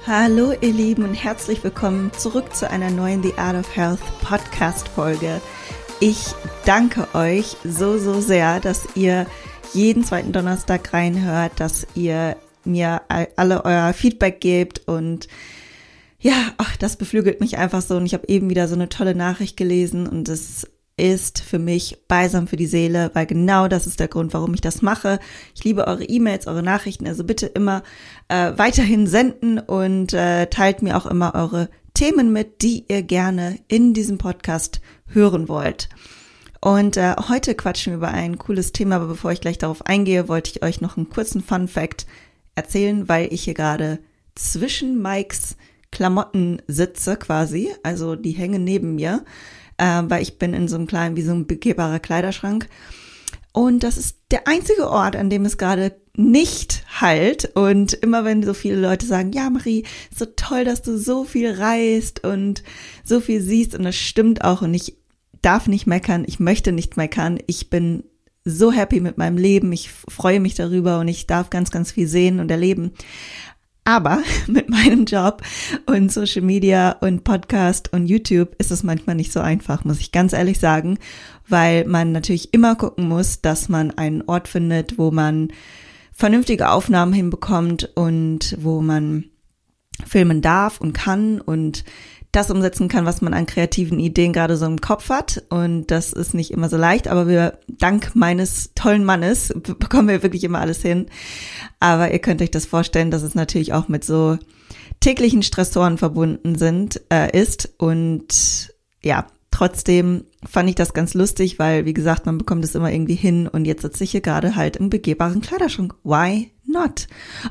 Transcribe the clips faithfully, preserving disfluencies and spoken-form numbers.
Hallo ihr Lieben und herzlich willkommen zurück zu einer neuen The Art of Health Podcast Folge. Ich danke euch so, so sehr, dass ihr jeden zweiten Donnerstag reinhört, dass ihr mir alle euer Feedback gebt und ja, ach, das beflügelt mich einfach so und ich habe eben wieder so eine tolle Nachricht gelesen und es ist für mich balsam für die Seele, weil genau das ist der Grund, warum ich das mache. Ich liebe eure E-Mails, eure Nachrichten, also bitte immer äh, weiterhin senden und äh, teilt mir auch immer eure Themen mit, die ihr gerne in diesem Podcast hören wollt. Und äh, heute quatschen wir über ein cooles Thema, aber bevor ich gleich darauf eingehe, wollte ich euch noch einen kurzen Fun-Fact erzählen, weil ich hier gerade zwischen Mikes Klamotten sitze quasi, also die hängen neben mir. Äh, weil ich bin in so einem kleinen, wie so ein begehbarer Kleiderschrank. Und das ist der einzige Ort, an dem es gerade nicht halt. Und immer wenn so viele Leute sagen, ja Marie, so toll, dass du so viel reist und so viel siehst. Und das stimmt auch. Und ich darf nicht meckern, ich möchte nicht meckern. Ich bin so happy mit meinem Leben. Ich freue mich darüber und ich darf ganz, ganz viel sehen und erleben. Aber mit meinem Job und Social Media und Podcast und YouTube ist es manchmal nicht so einfach, muss ich ganz ehrlich sagen, weil man natürlich immer gucken muss, dass man einen Ort findet, wo man vernünftige Aufnahmen hinbekommt und wo man filmen darf und kann und das umsetzen kann, was man an kreativen Ideen gerade so im Kopf hat. Und das ist nicht immer so leicht, aber wir, dank meines tollen Mannes, bekommen wir wirklich immer alles hin. Aber ihr könnt euch das vorstellen, dass es natürlich auch mit so täglichen Stressoren verbunden sind, äh, ist. Und ja, trotzdem fand ich das ganz lustig, weil, wie gesagt, man bekommt es immer irgendwie hin. Und jetzt sitze ich hier gerade halt im begehbaren Kleiderschrank. Why not?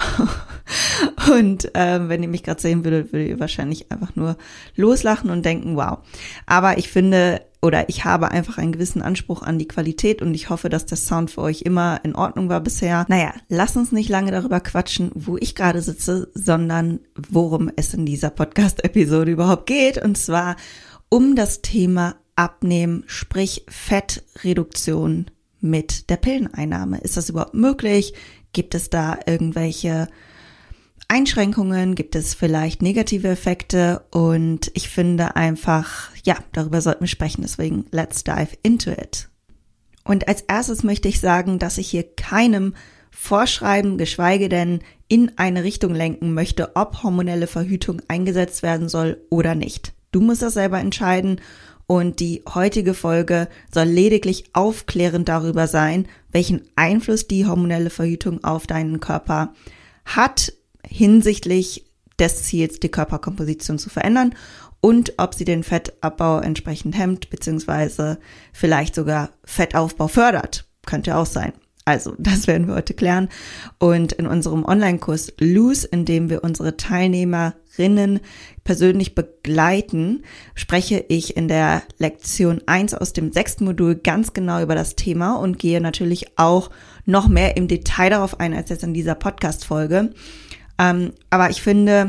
Und äh, wenn ihr mich gerade sehen würdet, würdet ihr wahrscheinlich einfach nur loslachen und denken, wow. Aber ich finde, oder ich habe einfach einen gewissen Anspruch an die Qualität und ich hoffe, dass der Sound für euch immer in Ordnung war bisher. Naja, lasst uns nicht lange darüber quatschen, wo ich gerade sitze, sondern worum es in dieser Podcast-Episode überhaupt geht. Und zwar um das Thema Abnehmen, sprich Fettreduktion mit der Pilleneinnahme. Ist das überhaupt möglich? Gibt es da irgendwelche Einschränkungen? Gibt es vielleicht negative Effekte? Und ich finde einfach, ja, darüber sollten wir sprechen. Deswegen, let's dive into it. Und als erstes möchte ich sagen, dass ich hier keinem vorschreiben, geschweige denn in eine Richtung lenken möchte, ob hormonelle Verhütung eingesetzt werden soll oder nicht. Du musst das selber entscheiden. Und die heutige Folge soll lediglich aufklärend darüber sein, welchen Einfluss die hormonelle Verhütung auf deinen Körper hat, hinsichtlich des Ziels, die Körperkomposition zu verändern und ob sie den Fettabbau entsprechend hemmt, beziehungsweise vielleicht sogar Fettaufbau fördert. Könnte auch sein. Also, das werden wir heute klären. Und in unserem Online-Kurs Lose, in dem wir unsere Teilnehmerinnen persönlich begleiten, spreche ich in der Lektion eins aus dem sechsten Modul ganz genau über das Thema und gehe natürlich auch noch mehr im Detail darauf ein, als jetzt in dieser Podcast-Folge. Ähm, aber ich finde,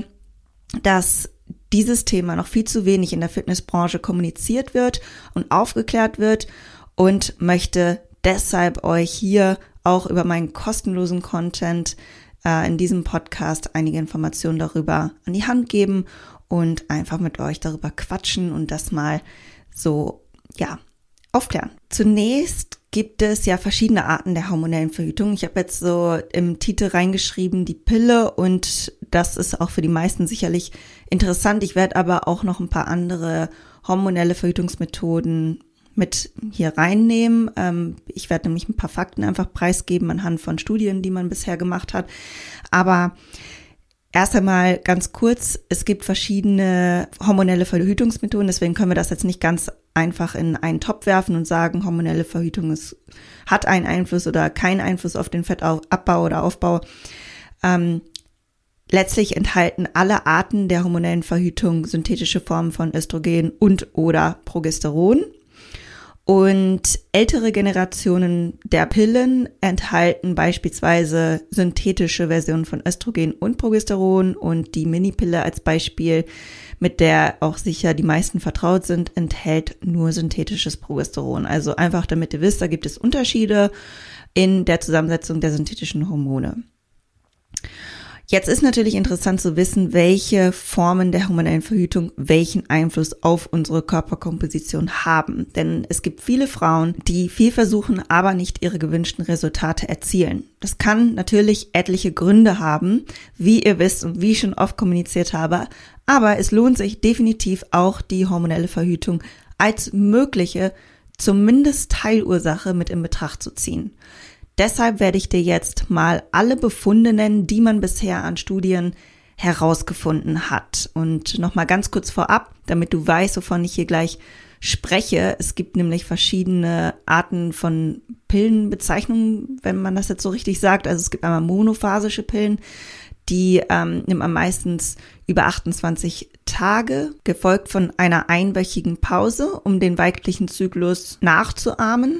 dass dieses Thema noch viel zu wenig in der Fitnessbranche kommuniziert wird und aufgeklärt wird und möchte deshalb euch hier auch über meinen kostenlosen Content äh, in diesem Podcast einige Informationen darüber an die Hand geben und einfach mit euch darüber quatschen und das mal so, ja, aufklären. Zunächst gibt es ja verschiedene Arten der hormonellen Verhütung. Ich habe jetzt so im Titel reingeschrieben, die Pille, und das ist auch für die meisten sicherlich interessant. Ich werde aber auch noch ein paar andere hormonelle Verhütungsmethoden mit hier reinnehmen. Ich werde nämlich ein paar Fakten einfach preisgeben anhand von Studien, die man bisher gemacht hat. Aber erst einmal ganz kurz, es gibt verschiedene hormonelle Verhütungsmethoden, deswegen können wir das jetzt nicht ganz einfach in einen Topf werfen und sagen, hormonelle Verhütung ist, hat einen Einfluss oder keinen Einfluss auf den Fettabbau oder Aufbau. Ähm, letztlich enthalten alle Arten der hormonellen Verhütung synthetische Formen von Östrogen und oder Progesteron. Und ältere Generationen der Pillen enthalten beispielsweise synthetische Versionen von Östrogen und Progesteron, und die Minipille als Beispiel, mit der auch sicher die meisten vertraut sind, enthält nur synthetisches Progesteron. Also einfach, damit ihr wisst, da gibt es Unterschiede in der Zusammensetzung der synthetischen Hormone. Jetzt ist natürlich interessant zu wissen, welche Formen der hormonellen Verhütung welchen Einfluss auf unsere Körperkomposition haben. Denn es gibt viele Frauen, die viel versuchen, aber nicht ihre gewünschten Resultate erzielen. Das kann natürlich etliche Gründe haben, wie ihr wisst und wie ich schon oft kommuniziert habe. Aber es lohnt sich definitiv auch, die hormonelle Verhütung als mögliche, zumindest Teilursache mit in Betracht zu ziehen. Deshalb werde ich dir jetzt mal alle Befunde nennen, die man bisher an Studien herausgefunden hat. Und nochmal ganz kurz vorab, damit du weißt, wovon ich hier gleich spreche. Es gibt nämlich verschiedene Arten von Pillenbezeichnungen, wenn man das jetzt so richtig sagt. Also es gibt einmal monophasische Pillen, die ähm, nimmt man meistens über achtundzwanzig Tage, gefolgt von einer einwöchigen Pause, um den weiblichen Zyklus nachzuahmen.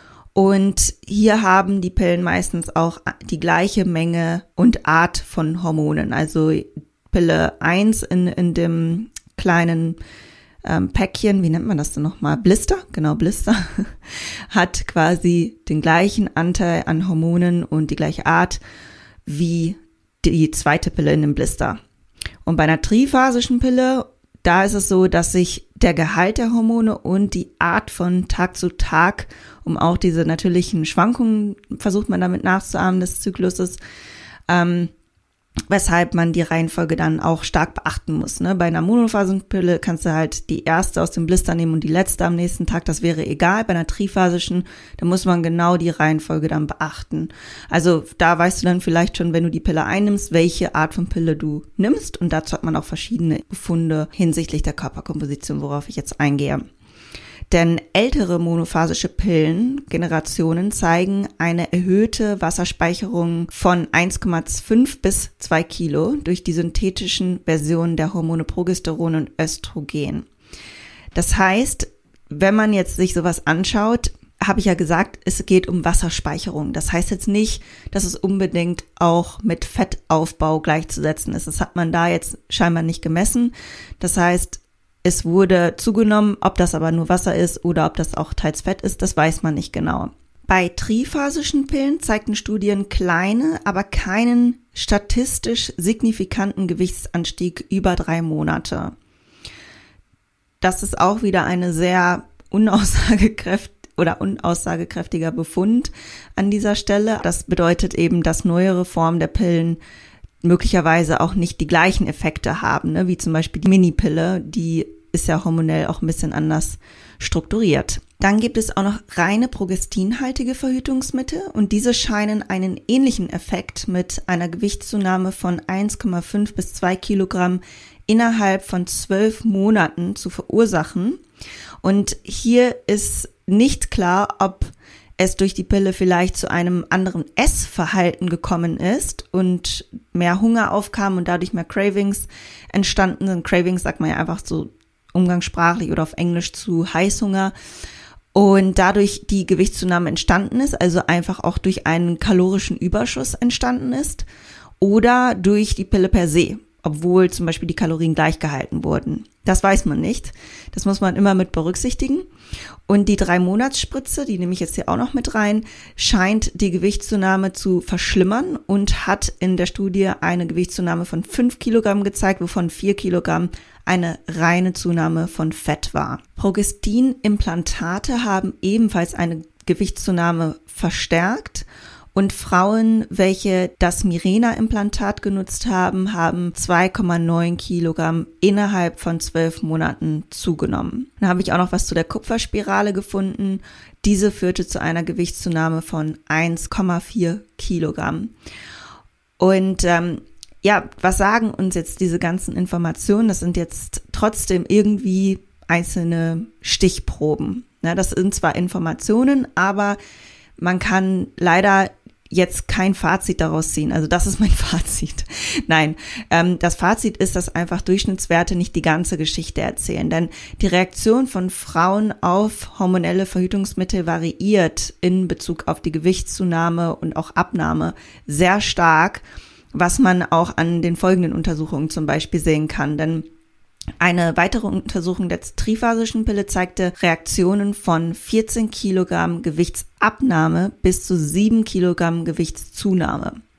Und hier haben die Pillen meistens auch die gleiche Menge und Art von Hormonen. Also Pille eins in, in dem kleinen ähm, Päckchen, wie nennt man das denn nochmal? Blister, genau, Blister, hat quasi den gleichen Anteil an Hormonen und die gleiche Art wie die zweite Pille in dem Blister. Und bei einer triphasischen Pille, da ist es so, dass sich der Gehalt der Hormone und die Art von Tag zu Tag, um auch diese natürlichen Schwankungen, versucht man damit nachzuahmen des Zykluses, ähm, weshalb man die Reihenfolge dann auch stark beachten muss. Ne? Bei einer Monophasenpille kannst du halt die erste aus dem Blister nehmen und die letzte am nächsten Tag, das wäre egal. Bei einer triphasischen, da muss man genau die Reihenfolge dann beachten. Also da weißt du dann vielleicht schon, wenn du die Pille einnimmst, welche Art von Pille du nimmst, und dazu hat man auch verschiedene Befunde hinsichtlich der Körperkomposition, worauf ich jetzt eingehe. Denn ältere monophasische Pillengenerationen zeigen eine erhöhte Wasserspeicherung von eins Komma fünf bis zwei Kilo durch die synthetischen Versionen der Hormone Progesteron und Östrogen. Das heißt, wenn man jetzt sich sowas anschaut, habe ich ja gesagt, es geht um Wasserspeicherung. Das heißt jetzt nicht, dass es unbedingt auch mit Fettaufbau gleichzusetzen ist. Das hat man da jetzt scheinbar nicht gemessen. Das heißt, es wurde zugenommen, ob das aber nur Wasser ist oder ob das auch teils Fett ist, das weiß man nicht genau. Bei triphasischen Pillen zeigten Studien kleine, aber keinen statistisch signifikanten Gewichtsanstieg über drei Monate. Das ist auch wieder eine sehr unaussagekräftige oder unaussagekräftiger Befund an dieser Stelle. Das bedeutet eben, dass neuere Formen der Pillen möglicherweise auch nicht die gleichen Effekte haben, ne? Wie zum Beispiel die Minipille, die ist ja hormonell auch ein bisschen anders strukturiert. Dann gibt es auch noch reine progestinhaltige Verhütungsmittel und diese scheinen einen ähnlichen Effekt mit einer Gewichtszunahme von eins Komma fünf bis zwei Kilogramm innerhalb von zwölf Monaten zu verursachen. Und hier ist nicht klar, ob es durch die Pille vielleicht zu einem anderen Essverhalten gekommen ist und mehr Hunger aufkam und dadurch mehr Cravings entstanden sind. Cravings sagt man ja einfach so umgangssprachlich oder auf Englisch zu Heißhunger. Und dadurch die Gewichtszunahme entstanden ist, also einfach auch durch einen kalorischen Überschuss entstanden ist oder durch die Pille per se, obwohl zum Beispiel die Kalorien gleich gehalten wurden. Das weiß man nicht. Das muss man immer mit berücksichtigen. Und die Drei-Monats-Spritze, die nehme ich jetzt hier auch noch mit rein, scheint die Gewichtszunahme zu verschlimmern und hat in der Studie eine Gewichtszunahme von fünf Kilogramm gezeigt, wovon vier Kilogramm eine reine Zunahme von Fett war. Progestin-Implantate haben ebenfalls eine Gewichtszunahme verstärkt. Und Frauen, welche das Mirena-Implantat genutzt haben, haben zwei Komma neun Kilogramm innerhalb von zwölf Monaten zugenommen. Dann habe ich auch noch was zu der Kupferspirale gefunden. Diese führte zu einer Gewichtszunahme von eins Komma vier Kilogramm. Und ähm, ja, was sagen uns jetzt diese ganzen Informationen? Das sind jetzt trotzdem irgendwie einzelne Stichproben. Ja, das sind zwar Informationen, aber man kann leider jetzt kein Fazit daraus ziehen. Also das ist mein Fazit. Nein, ähm, das Fazit ist, dass einfach Durchschnittswerte nicht die ganze Geschichte erzählen. Denn die Reaktion von Frauen auf hormonelle Verhütungsmittel variiert in Bezug auf die Gewichtszunahme und auch Abnahme sehr stark, was man auch an den folgenden Untersuchungen zum Beispiel sehen kann. Denn eine weitere Untersuchung der triphasischen Pille zeigte Reaktionen von vierzehn Kilogramm Gewichtsabnahme bis zu sieben Kilogramm Gewichtszunahme.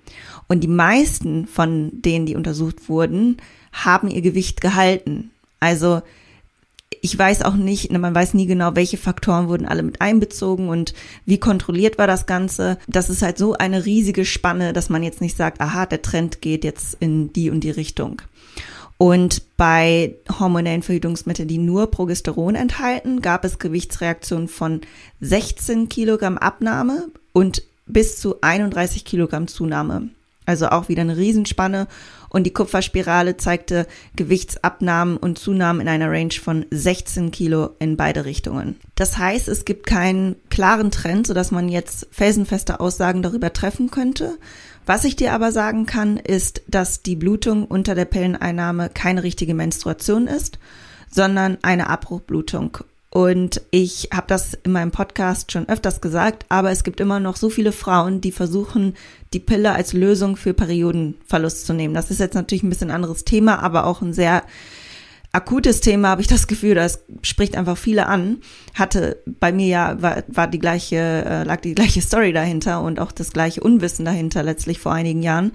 Und die meisten von denen, die untersucht wurden, haben ihr Gewicht gehalten. Also ich weiß auch nicht, man weiß nie genau, welche Faktoren wurden alle mit einbezogen und wie kontrolliert war das Ganze. Das ist halt so eine riesige Spanne, dass man jetzt nicht sagt, aha, der Trend geht jetzt in die und die Richtung. Und bei hormonellen Verhütungsmitteln, die nur Progesteron enthalten, gab es Gewichtsreaktionen von sechzehn Kilogramm Abnahme und bis zu einunddreißig Kilogramm Zunahme. Also auch wieder eine Riesenspanne. Und die Kupferspirale zeigte Gewichtsabnahmen und Zunahmen in einer Range von sechzehn Kilo in beide Richtungen. Das heißt, es gibt keinen klaren Trend, sodass man jetzt felsenfeste Aussagen darüber treffen könnte. Was ich dir aber sagen kann, ist, dass die Blutung unter der Pilleneinnahme keine richtige Menstruation ist, sondern eine Abbruchblutung. Und ich habe das in meinem Podcast schon öfters gesagt, aber es gibt immer noch so viele Frauen, die versuchen, die Pille als Lösung für Periodenverlust zu nehmen. Das ist jetzt natürlich ein bisschen ein anderes Thema, aber auch ein sehr akutes Thema, habe ich das Gefühl, das spricht einfach viele an. Hatte bei mir ja, war, war die gleiche, äh, lag die gleiche Story dahinter und auch das gleiche Unwissen dahinter letztlich vor einigen Jahren.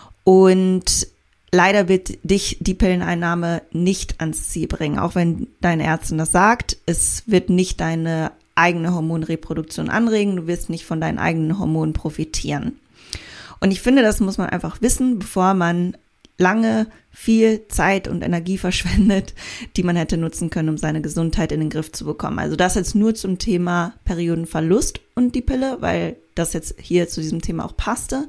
Und leider wird dich die Pilleneinnahme nicht ans Ziel bringen, auch wenn deine Ärztin das sagt. Es wird nicht deine eigene Hormonreproduktion anregen, du wirst nicht von deinen eigenen Hormonen profitieren. Und ich finde, das muss man einfach wissen, bevor man lange viel Zeit und Energie verschwendet, die man hätte nutzen können, um seine Gesundheit in den Griff zu bekommen. Also das jetzt nur zum Thema Periodenverlust und die Pille, weil das jetzt hier zu diesem Thema auch passte.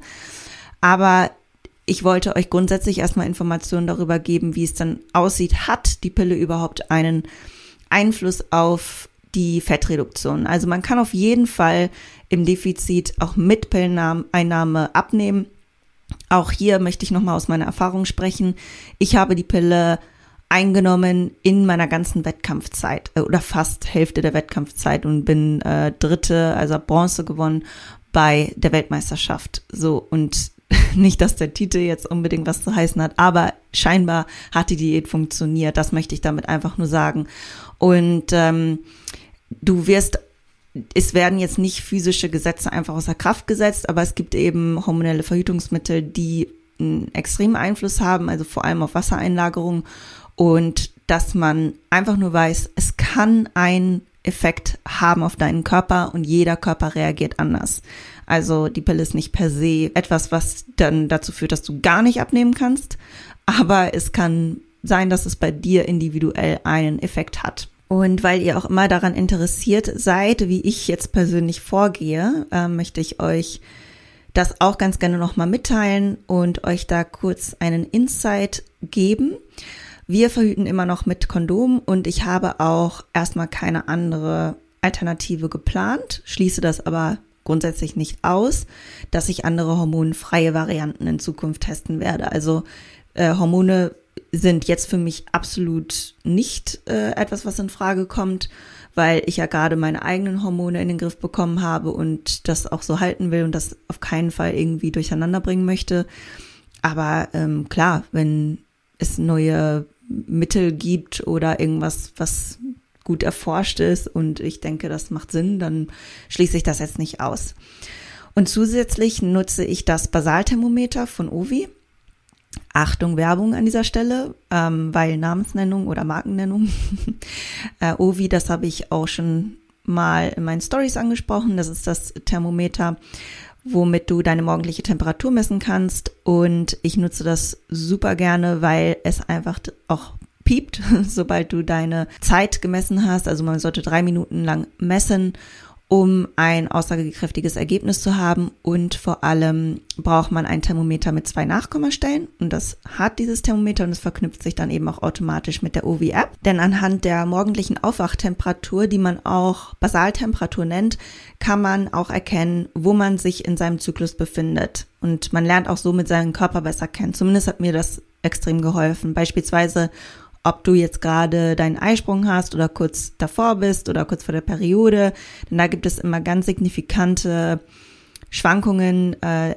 Aber ich wollte euch grundsätzlich erstmal Informationen darüber geben, wie es dann aussieht. Hat die Pille überhaupt einen Einfluss auf die Fettreduktion? Also man kann auf jeden Fall im Defizit auch mit Pilleneinnahme abnehmen. Auch hier möchte ich nochmal aus meiner Erfahrung sprechen. Ich habe die Pille eingenommen in meiner ganzen Wettkampfzeit äh, oder fast Hälfte der Wettkampfzeit und bin äh, Dritte, also Bronze gewonnen bei der Weltmeisterschaft. So, und nicht, dass der Titel jetzt unbedingt was zu heißen hat, aber scheinbar hat die Diät funktioniert. Das möchte ich damit einfach nur sagen. Und ähm, du wirst, es werden jetzt nicht physische Gesetze einfach außer Kraft gesetzt, aber es gibt eben hormonelle Verhütungsmittel, die einen extremen Einfluss haben, also vor allem auf Wassereinlagerung. Und dass man einfach nur weiß, es kann einen Effekt haben auf deinen Körper und jeder Körper reagiert anders. Also die Pille ist nicht per se etwas, was dann dazu führt, dass du gar nicht abnehmen kannst, aber es kann sein, dass es bei dir individuell einen Effekt hat. Und weil ihr auch immer daran interessiert seid, wie ich jetzt persönlich vorgehe, äh, möchte ich euch das auch ganz gerne nochmal mitteilen und euch da kurz einen Insight geben. Wir verhüten immer noch mit Kondom und ich habe auch erstmal keine andere Alternative geplant, schließe das aber grundsätzlich nicht aus, dass ich andere hormonfreie Varianten in Zukunft testen werde. Also äh, Hormone sind jetzt für mich absolut nicht äh, etwas, was in Frage kommt, weil ich ja gerade meine eigenen Hormone in den Griff bekommen habe und das auch so halten will und das auf keinen Fall irgendwie durcheinander bringen möchte. Aber ähm, klar, wenn es neue Mittel gibt oder irgendwas, was gut erforscht ist und ich denke, das macht Sinn, dann schließe ich das jetzt nicht aus. Und zusätzlich nutze ich das Basalthermometer von Ovi. Achtung, Werbung an dieser Stelle, ähm, weil Namensnennung oder Markennennung. äh, Ovi, das habe ich auch schon mal in meinen Stories angesprochen. Das ist das Thermometer, womit du deine morgendliche Temperatur messen kannst. Und ich nutze das super gerne, weil es einfach auch piept, sobald du deine Zeit gemessen hast. Also man sollte drei Minuten lang messen, um ein aussagekräftiges Ergebnis zu haben. Und vor allem braucht man ein Thermometer mit zwei Nachkommastellen. Und das hat dieses Thermometer und es verknüpft sich dann eben auch automatisch mit der Ovi-App. Denn anhand der morgendlichen Aufwachtemperatur, die man auch Basaltemperatur nennt, kann man auch erkennen, wo man sich in seinem Zyklus befindet. Und man lernt auch somit seinen Körper besser kennen. Zumindest hat mir das extrem geholfen. Beispielsweise, ob du jetzt gerade deinen Eisprung hast oder kurz davor bist oder kurz vor der Periode. Denn da gibt es immer ganz signifikante Schwankungen, äh,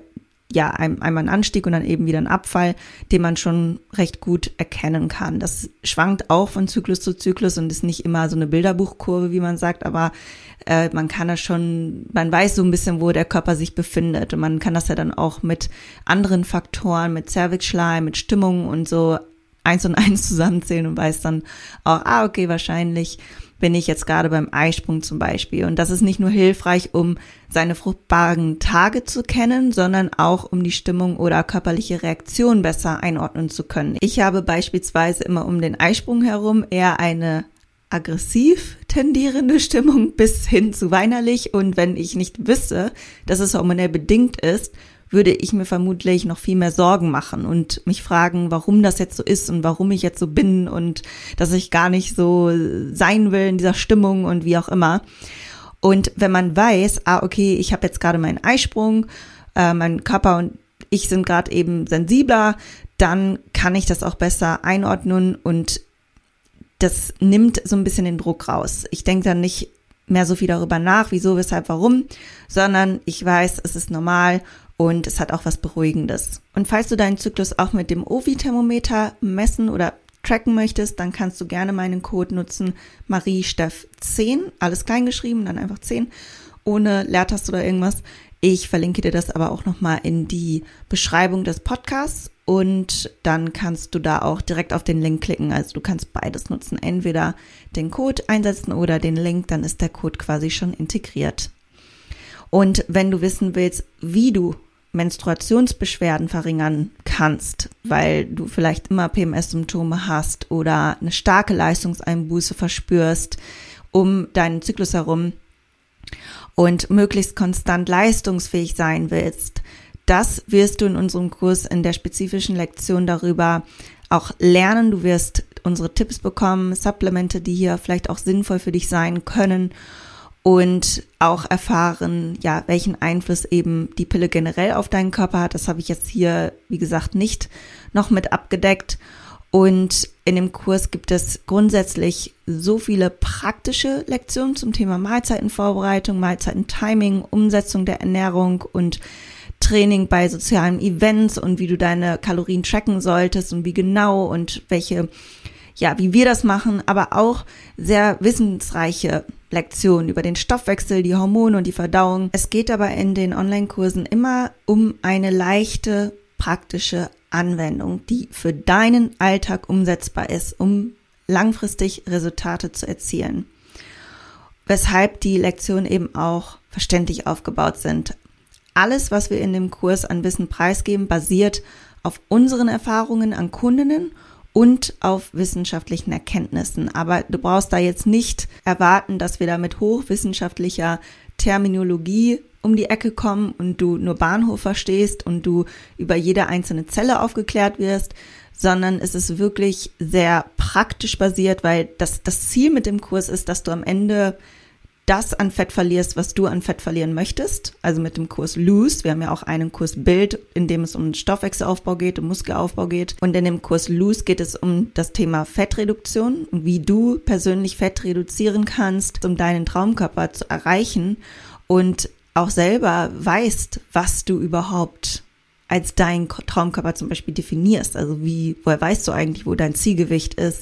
ja, einmal ein Anstieg und dann eben wieder ein Abfall, den man schon recht gut erkennen kann. Das schwankt auch von Zyklus zu Zyklus und ist nicht immer so eine Bilderbuchkurve, wie man sagt, aber äh, man kann das schon, man weiß so ein bisschen, wo der Körper sich befindet und man kann das ja dann auch mit anderen Faktoren, mit Zervixschleim, mit Stimmung und so eins und eins zusammenzählen und weiß dann auch, ah, okay, wahrscheinlich bin ich jetzt gerade beim Eisprung zum Beispiel. Und das ist nicht nur hilfreich, um seine fruchtbaren Tage zu kennen, sondern auch, um die Stimmung oder körperliche Reaktion besser einordnen zu können. Ich habe beispielsweise immer um den Eisprung herum eher eine aggressiv tendierende Stimmung bis hin zu weinerlich. Und wenn ich nicht wüsste, dass es hormonell bedingt ist, würde ich mir vermutlich noch viel mehr Sorgen machen und mich fragen, warum das jetzt so ist und warum ich jetzt so bin und dass ich gar nicht so sein will in dieser Stimmung und wie auch immer. Und wenn man weiß, ah, okay, ich habe jetzt gerade meinen Eisprung, äh, mein Körper und ich sind gerade eben sensibler, dann kann ich das auch besser einordnen und das nimmt so ein bisschen den Druck raus. Ich denke dann nicht mehr so viel darüber nach, wieso, weshalb, warum, sondern ich weiß, es ist normal und es hat auch was Beruhigendes. Und falls du deinen Zyklus auch mit dem Ovi-Thermometer messen oder tracken möchtest, dann kannst du gerne meinen Code nutzen, mariesteff zehn, alles klein geschrieben, dann einfach zehn, ohne Leertaste oder irgendwas. Ich verlinke dir das aber auch nochmal in die Beschreibung des Podcasts und dann kannst du da auch direkt auf den Link klicken. Also du kannst beides nutzen, entweder den Code einsetzen oder den Link, dann ist der Code quasi schon integriert. Und wenn du wissen willst, wie du Menstruationsbeschwerden verringern kannst, weil du vielleicht immer P M S-Symptome hast oder eine starke Leistungseinbuße verspürst um deinen Zyklus herum und möglichst konstant leistungsfähig sein willst, das wirst du in unserem Kurs in der spezifischen Lektion darüber auch lernen. Du wirst unsere Tipps bekommen, Supplemente, die hier vielleicht auch sinnvoll für dich sein können und auch erfahren, ja, welchen Einfluss eben die Pille generell auf deinen Körper hat. Das habe ich jetzt hier, wie gesagt, nicht noch mit abgedeckt. Und in dem Kurs gibt es grundsätzlich so viele praktische Lektionen zum Thema Mahlzeitenvorbereitung, Mahlzeitentiming, Umsetzung der Ernährung und Training bei sozialen Events und wie du deine Kalorien tracken solltest und wie genau und welche, ja, wie wir das machen, aber auch sehr wissensreiche Lektionen über den Stoffwechsel, die Hormone und die Verdauung. Es geht aber in den Online-Kursen immer um eine leichte, praktische Anwendung, die für deinen Alltag umsetzbar ist, um langfristig Resultate zu erzielen. Weshalb die Lektionen eben auch verständlich aufgebaut sind. Alles, was wir in dem Kurs an Wissen preisgeben, basiert auf unseren Erfahrungen an Kundinnen und auf wissenschaftlichen Erkenntnissen. Aber du brauchst da jetzt nicht erwarten, dass wir da mit hochwissenschaftlicher Terminologie um die Ecke kommen und du nur Bahnhof verstehst und du über jede einzelne Zelle aufgeklärt wirst, sondern es ist wirklich sehr praktisch basiert, weil das, das Ziel mit dem Kurs ist, dass du am Ende das an Fett verlierst, was du an Fett verlieren möchtest. Also mit dem Kurs Lose, wir haben ja auch einen Kurs Build, in dem es um Stoffwechselaufbau geht, um Muskelaufbau geht. Und in dem Kurs Lose geht es um das Thema Fettreduktion und wie du persönlich Fett reduzieren kannst, um deinen Traumkörper zu erreichen und auch selber weißt, was du überhaupt als dein Traumkörper zum Beispiel definierst. Also wie, woher weißt du eigentlich, wo dein Zielgewicht ist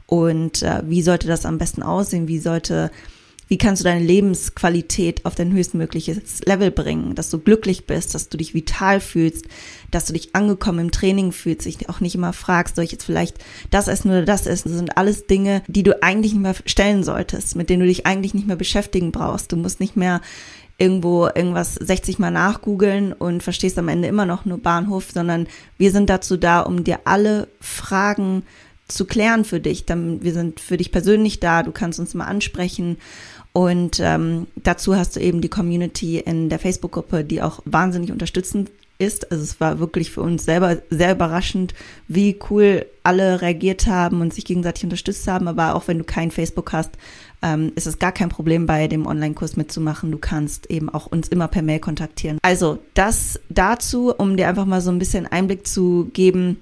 und äh, wie sollte das am besten aussehen, wie sollte Wie kannst du deine Lebensqualität auf dein höchstmögliches Level bringen, dass du glücklich bist, dass du dich vital fühlst, dass du dich angekommen im Training fühlst, dich auch nicht immer fragst, soll ich jetzt vielleicht das essen oder das essen? Das sind alles Dinge, die du eigentlich nicht mehr stellen solltest, mit denen du dich eigentlich nicht mehr beschäftigen brauchst. Du musst nicht mehr irgendwo irgendwas sechzig Mal nachgoogeln und verstehst am Ende immer noch nur Bahnhof, sondern wir sind dazu da, um dir alle Fragen zu klären für dich. Dann, wir sind für dich persönlich da, du kannst uns mal ansprechen. Und ähm, dazu hast du eben die Community in der Facebook-Gruppe, die auch wahnsinnig unterstützend ist. Also es war wirklich für uns selber sehr überraschend, wie cool alle reagiert haben und sich gegenseitig unterstützt haben. Aber auch wenn du kein Facebook hast, ähm, ist es gar kein Problem, bei dem Online-Kurs mitzumachen. Du kannst eben auch uns immer per Mail kontaktieren. Also das dazu, um dir einfach mal so ein bisschen Einblick zu geben,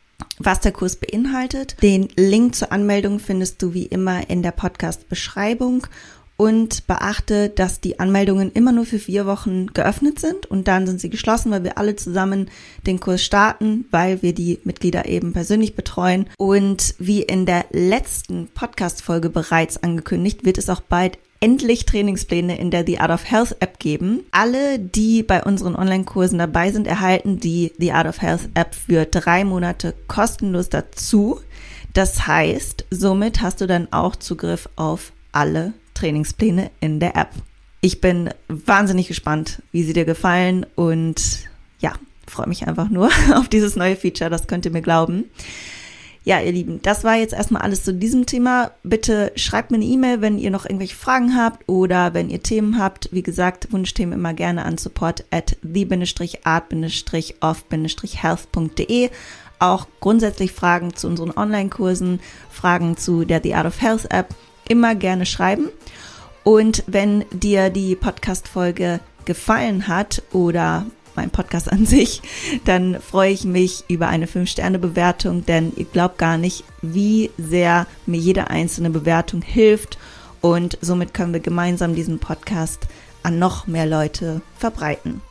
was der Kurs beinhaltet. Den Link zur Anmeldung findest du wie immer in der Podcast-Beschreibung. und beachte, dass die Anmeldungen immer nur für vier Wochen geöffnet sind und dann sind sie geschlossen, weil wir alle zusammen den Kurs starten, weil wir die Mitglieder eben persönlich betreuen. Und wie in der letzten Podcast-Folge bereits angekündigt, wird es auch bald endlich Trainingspläne in der The Art of Health App geben. Alle, die bei unseren Online-Kursen dabei sind, erhalten die The Art of Health App für drei Monate kostenlos dazu. Das heißt, somit hast du dann auch Zugriff auf alle Trainingspläne in der App. Ich bin wahnsinnig gespannt, wie sie dir gefallen und ja, freue mich einfach nur auf dieses neue Feature, das könnt ihr mir glauben. Ja, ihr Lieben, das war jetzt erstmal alles zu diesem Thema. Bitte schreibt mir eine E-Mail, wenn ihr noch irgendwelche Fragen habt oder wenn ihr Themen habt. Wie gesagt, Wunschthemen immer gerne an support at the art of health punkt de. Auch grundsätzlich Fragen zu unseren Online-Kursen, Fragen zu der The Art of Health App immer gerne schreiben. Und wenn dir die Podcast-Folge gefallen hat oder mein Podcast an sich, dann freue ich mich über eine fünf Sterne Bewertung, denn ihr glaubt gar nicht, wie sehr mir jede einzelne Bewertung hilft und somit können wir gemeinsam diesen Podcast an noch mehr Leute verbreiten.